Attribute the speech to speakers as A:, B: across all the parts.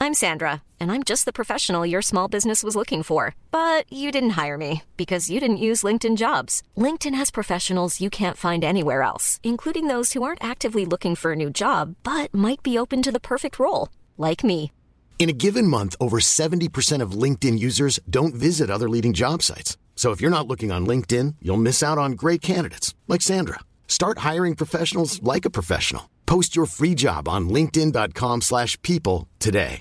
A: I'm Sandra, and I'm just the professional your small business was looking for. But you didn't hire me because you didn't use LinkedIn Jobs. LinkedIn has professionals you can't find anywhere else, including those who aren't actively looking for a new job, but might be open to the perfect role, like me.
B: In a given month, over 70% of LinkedIn users don't visit other leading job sites. So if you're not looking on LinkedIn, you'll miss out on great candidates like Sandra. Start hiring professionals like a professional. Post your free job on linkedin.com/people today.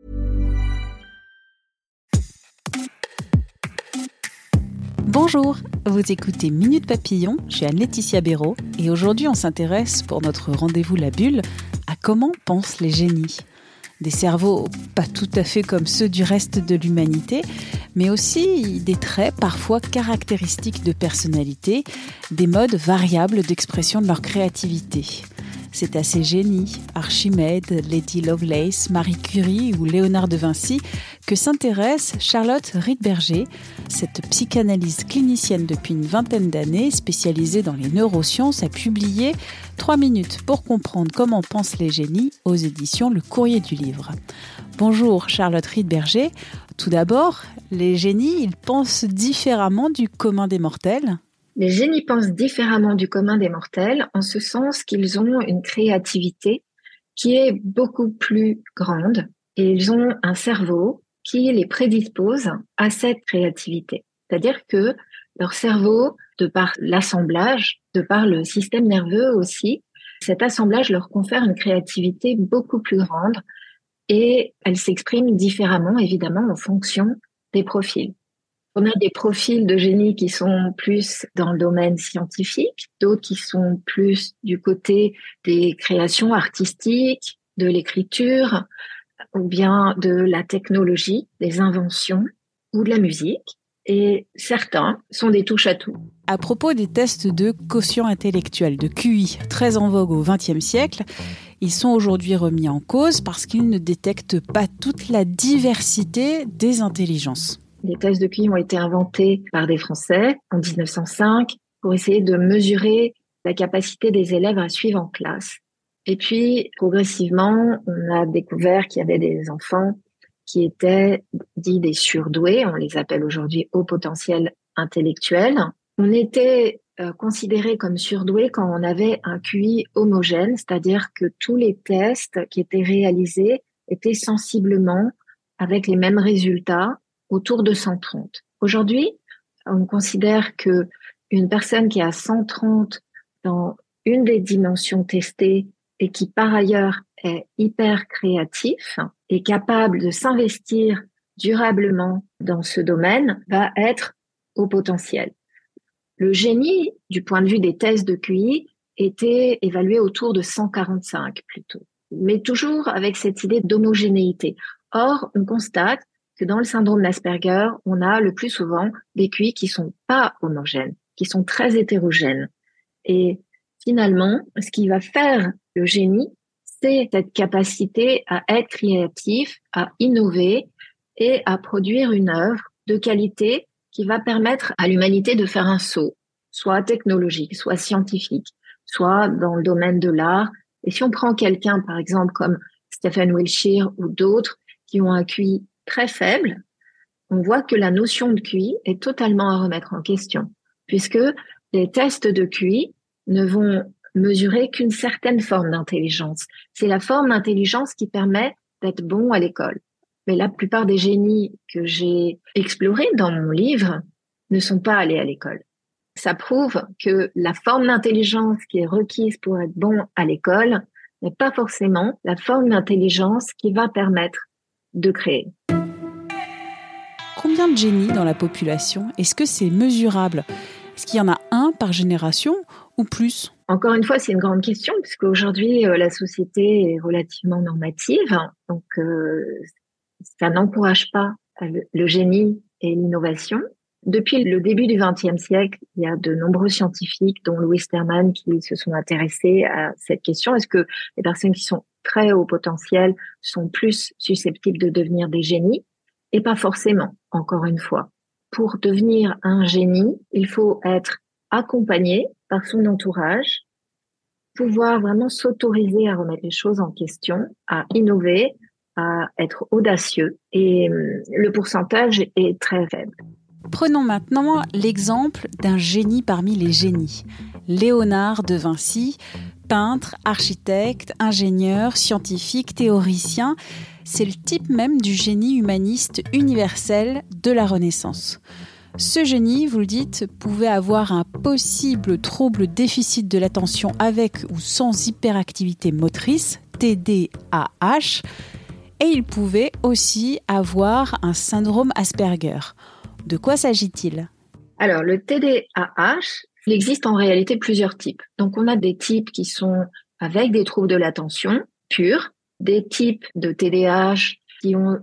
C: Bonjour, vous écoutez Minute Papillon, je suis Anne-Laetitia Béraud et aujourd'hui on s'intéresse pour notre rendez-vous La Bulle à comment pensent les génies. Des cerveaux pas tout à fait comme ceux du reste de l'humanité, mais aussi des traits parfois caractéristiques de personnalité, des modes variables d'expression de leur créativité. C'est à ces génies, Archimède, Lady Lovelace, Marie Curie ou Léonard de Vinci, que s'intéresse Charlotte Riedberger, cette psychanalyste clinicienne depuis une vingtaine d'années, spécialisée dans les neurosciences, a publié 3 minutes pour comprendre comment pensent les génies aux éditions Le Courrier du Livre. Bonjour Charlotte Riedberger. Tout d'abord, les génies, ils pensent différemment du commun des mortels ?
D: Les génies pensent différemment du commun des mortels en ce sens qu'ils ont une créativité qui est beaucoup plus grande et ils ont un cerveau qui les prédispose à cette créativité. C'est-à-dire que leur cerveau, de par l'assemblage, de par le système nerveux aussi, cet assemblage leur confère une créativité beaucoup plus grande et elle s'exprime différemment évidemment en fonction des profils. On a des profils de génie qui sont plus dans le domaine scientifique, d'autres qui sont plus du côté des créations artistiques, de l'écriture, ou bien de la technologie, des inventions ou de la musique. Et certains sont des touche-à-tout.
C: À propos des tests de quotient intellectuel, de QI, très en vogue au XXe siècle, ils sont aujourd'hui remis en cause parce qu'ils ne détectent pas toute la diversité des intelligences.
D: Les tests de QI ont été inventés par des Français en 1905 pour essayer de mesurer la capacité des élèves à suivre en classe. Et puis, progressivement, on a découvert qu'il y avait des enfants qui étaient dits des surdoués. On les appelle aujourd'hui haut potentiel intellectuel. On était considérés comme surdoués quand on avait un QI homogène, c'est-à-dire que tous les tests qui étaient réalisés étaient sensiblement avec les mêmes résultats, autour de 130. Aujourd'hui, on considère que une personne qui a 130 dans une des dimensions testées et qui par ailleurs est hyper créatif et capable de s'investir durablement dans ce domaine va être au potentiel. Le génie, du point de vue des tests de QI, était évalué autour de 145 plutôt, mais toujours avec cette idée d'homogénéité. Or, on constate que dans le syndrome d'Asperger, on a le plus souvent des QI qui sont pas homogènes, qui sont très hétérogènes. Et finalement, ce qui va faire le génie, c'est cette capacité à être créatif, à innover et à produire une œuvre de qualité qui va permettre à l'humanité de faire un saut, soit technologique, soit scientifique, soit dans le domaine de l'art. Et si on prend quelqu'un, par exemple, comme Stephen Wiltshire ou d'autres, qui ont un QI très faible, on voit que la notion de QI est totalement à remettre en question, puisque les tests de QI ne vont mesurer qu'une certaine forme d'intelligence. C'est la forme d'intelligence qui permet d'être bon à l'école. Mais la plupart des génies que j'ai explorés dans mon livre ne sont pas allés à l'école. Ça prouve que la forme d'intelligence qui est requise pour être bon à l'école n'est pas forcément la forme d'intelligence qui va permettre de créer.
C: Combien de génies dans la population ? Est-ce que c'est mesurable ? Est-ce qu'il y en a un par génération ou plus ?
D: Encore une fois, c'est une grande question puisque aujourd'hui la société est relativement normative, donc ça n'encourage pas le génie et l'innovation. Depuis le début du XXe siècle, il y a de nombreux scientifiques, dont Louis Sterman, qui se sont intéressés à cette question. Est-ce que les personnes qui sont très haut potentiel sont plus susceptibles de devenir des génies? Et pas forcément, encore une fois. Pour devenir un génie, il faut être accompagné par son entourage, pouvoir vraiment s'autoriser à remettre les choses en question, à innover, à être audacieux et le pourcentage est très faible.
C: Prenons maintenant l'exemple d'un génie parmi les génies. Léonard de Vinci, peintre, architecte, ingénieur, scientifique, théoricien, c'est le type même du génie humaniste universel de la Renaissance. Ce génie, vous le dites, pouvait avoir un possible trouble déficit de l'attention avec ou sans hyperactivité motrice, TDAH, et il pouvait aussi avoir un syndrome Asperger. De quoi s'agit-il ?
D: Alors, le TDAH, il existe en réalité plusieurs types. Donc, on a des types qui sont avec des troubles de l'attention purs, des types de TDAH qui ont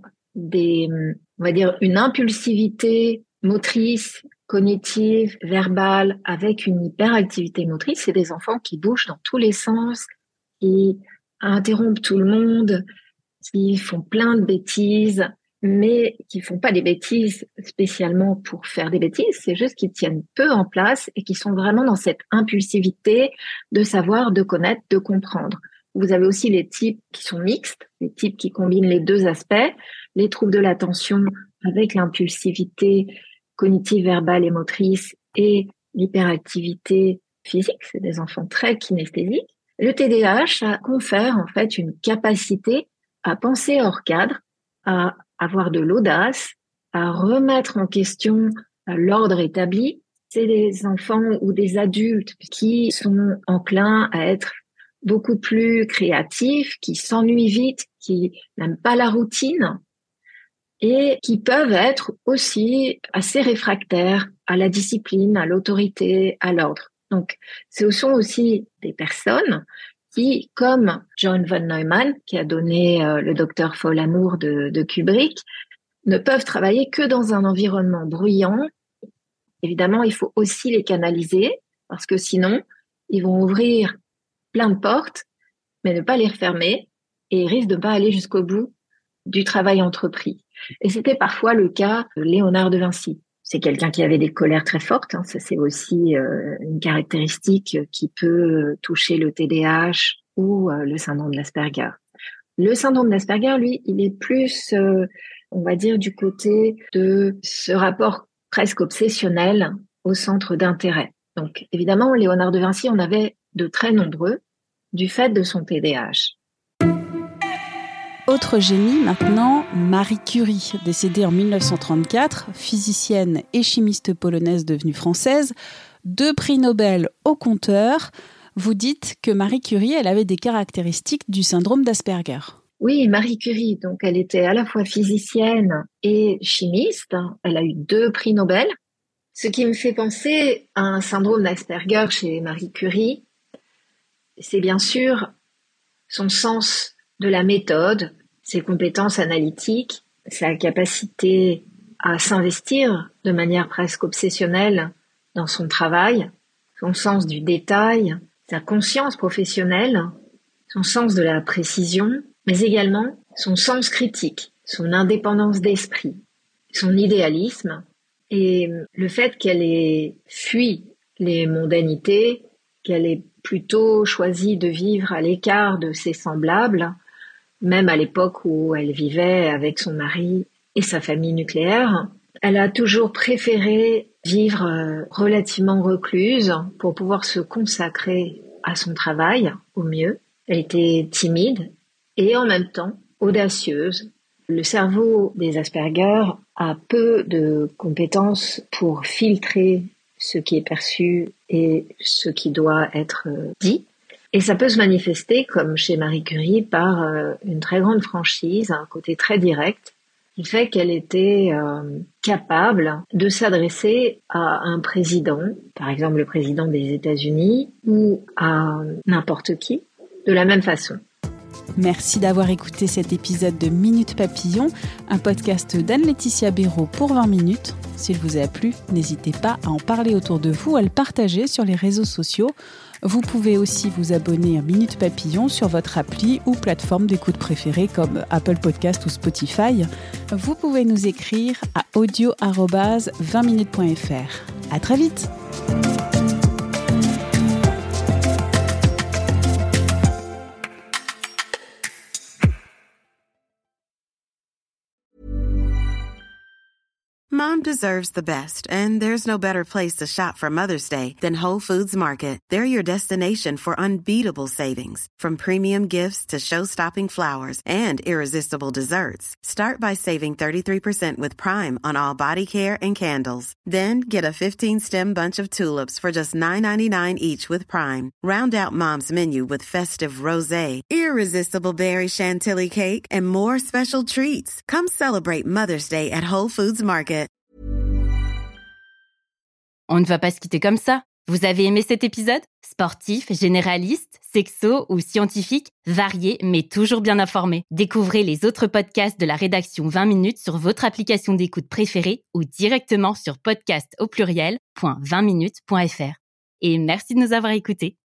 D: on va dire, une impulsivité motrice, cognitive, verbale, avec une hyperactivité motrice. C'est des enfants qui bougent dans tous les sens, qui interrompent tout le monde, qui font plein de bêtises, mais qui font pas des bêtises spécialement pour faire des bêtises, c'est juste qu'ils tiennent peu en place et qui sont vraiment dans cette impulsivité de savoir, de connaître, de comprendre. Vous avez aussi les types qui sont mixtes, les types qui combinent les deux aspects, les troubles de l'attention avec l'impulsivité cognitive, verbale et motrice et l'hyperactivité physique, c'est des enfants très kinesthésiques. Le TDAH, ça confère en fait une capacité à penser hors cadre, à avoir de l'audace, à remettre en question l'ordre établi. C'est des enfants ou des adultes qui sont enclins à être beaucoup plus créatifs, qui s'ennuient vite, qui n'aiment pas la routine et qui peuvent être aussi assez réfractaires à la discipline, à l'autorité, à l'ordre. Donc, ce sont aussi des personnes qui, comme John von Neumann, qui a donné le docteur Folamour de Kubrick, ne peuvent travailler que dans un environnement bruyant. Évidemment, il faut aussi les canaliser, parce que sinon, ils vont ouvrir plein de portes, mais ne pas les refermer, et ils risquent de ne pas aller jusqu'au bout du travail entrepris. Et c'était parfois le cas de Léonard de Vinci. C'est quelqu'un qui avait des colères très fortes, hein. Ça, c'est aussi une caractéristique qui peut toucher le TDAH ou le syndrome d'Asperger. Le syndrome d'Asperger, lui, il est plus, on va dire, du côté de ce rapport presque obsessionnel au centre d'intérêt. Donc, évidemment, Léonard de Vinci, on avait de très nombreux du fait de son TDAH.
C: Autre génie maintenant, Marie Curie, décédée en 1934, physicienne et chimiste polonaise devenue française, 2 prix Nobel au compteur. Vous dites que Marie Curie, elle avait des caractéristiques du syndrome d'Asperger.
D: Oui, Marie Curie, donc elle était à la fois physicienne et chimiste. Elle a eu 2 prix Nobel. Ce qui me fait penser à un syndrome d'Asperger chez Marie Curie, c'est bien sûr son sens de la méthode, ses compétences analytiques, sa capacité à s'investir de manière presque obsessionnelle dans son travail, son sens du détail, sa conscience professionnelle, son sens de la précision, mais également son sens critique, son indépendance d'esprit, son idéalisme et le fait qu'elle ait fui les mondanités, qu'elle ait plutôt choisi de vivre à l'écart de ses semblables, même à l'époque où elle vivait avec son mari et sa famille nucléaire. Elle a toujours préféré vivre relativement recluse pour pouvoir se consacrer à son travail au mieux. Elle était timide et en même temps audacieuse. Le cerveau des Asperger a peu de compétences pour filtrer ce qui est perçu et ce qui doit être dit. Et ça peut se manifester, comme chez Marie Curie, par une très grande franchise, un côté très direct, qui fait qu'elle était capable de s'adresser à un président, par exemple le président des États-Unis, ou à n'importe qui, de la même façon.
C: Merci d'avoir écouté cet épisode de Minute Papillon, un podcast d'Anne-Laetitia Béraud pour 20 minutes. S'il vous a plu, n'hésitez pas à en parler autour de vous, à le partager sur les réseaux sociaux. Vous pouvez aussi vous abonner à Minute Papillon sur votre appli ou plateforme d'écoute préférée comme Apple Podcast ou Spotify. Vous pouvez nous écrire à audio@20minutes.fr. À très vite!
E: Mom deserves the best, and there's no better place to shop for Mother's Day than Whole Foods Market. They're your destination for unbeatable savings, from premium gifts to show-stopping flowers and irresistible desserts. Start by saving 33% with Prime on all body care and candles. Then get a 15-stem bunch of tulips for just $9.99 each with Prime. Round out Mom's menu with festive rosé, irresistible berry chantilly cake, and more special treats. Come celebrate Mother's Day at Whole Foods Market.
F: On ne va pas se quitter comme ça. Vous avez aimé cet épisode ? Sportif, généraliste, sexo ou scientifique, varié mais toujours bien informé. Découvrez les autres podcasts de la rédaction 20 minutes sur votre application d'écoute préférée ou directement sur podcast@20minutes.fr. Et merci de nous avoir écoutés.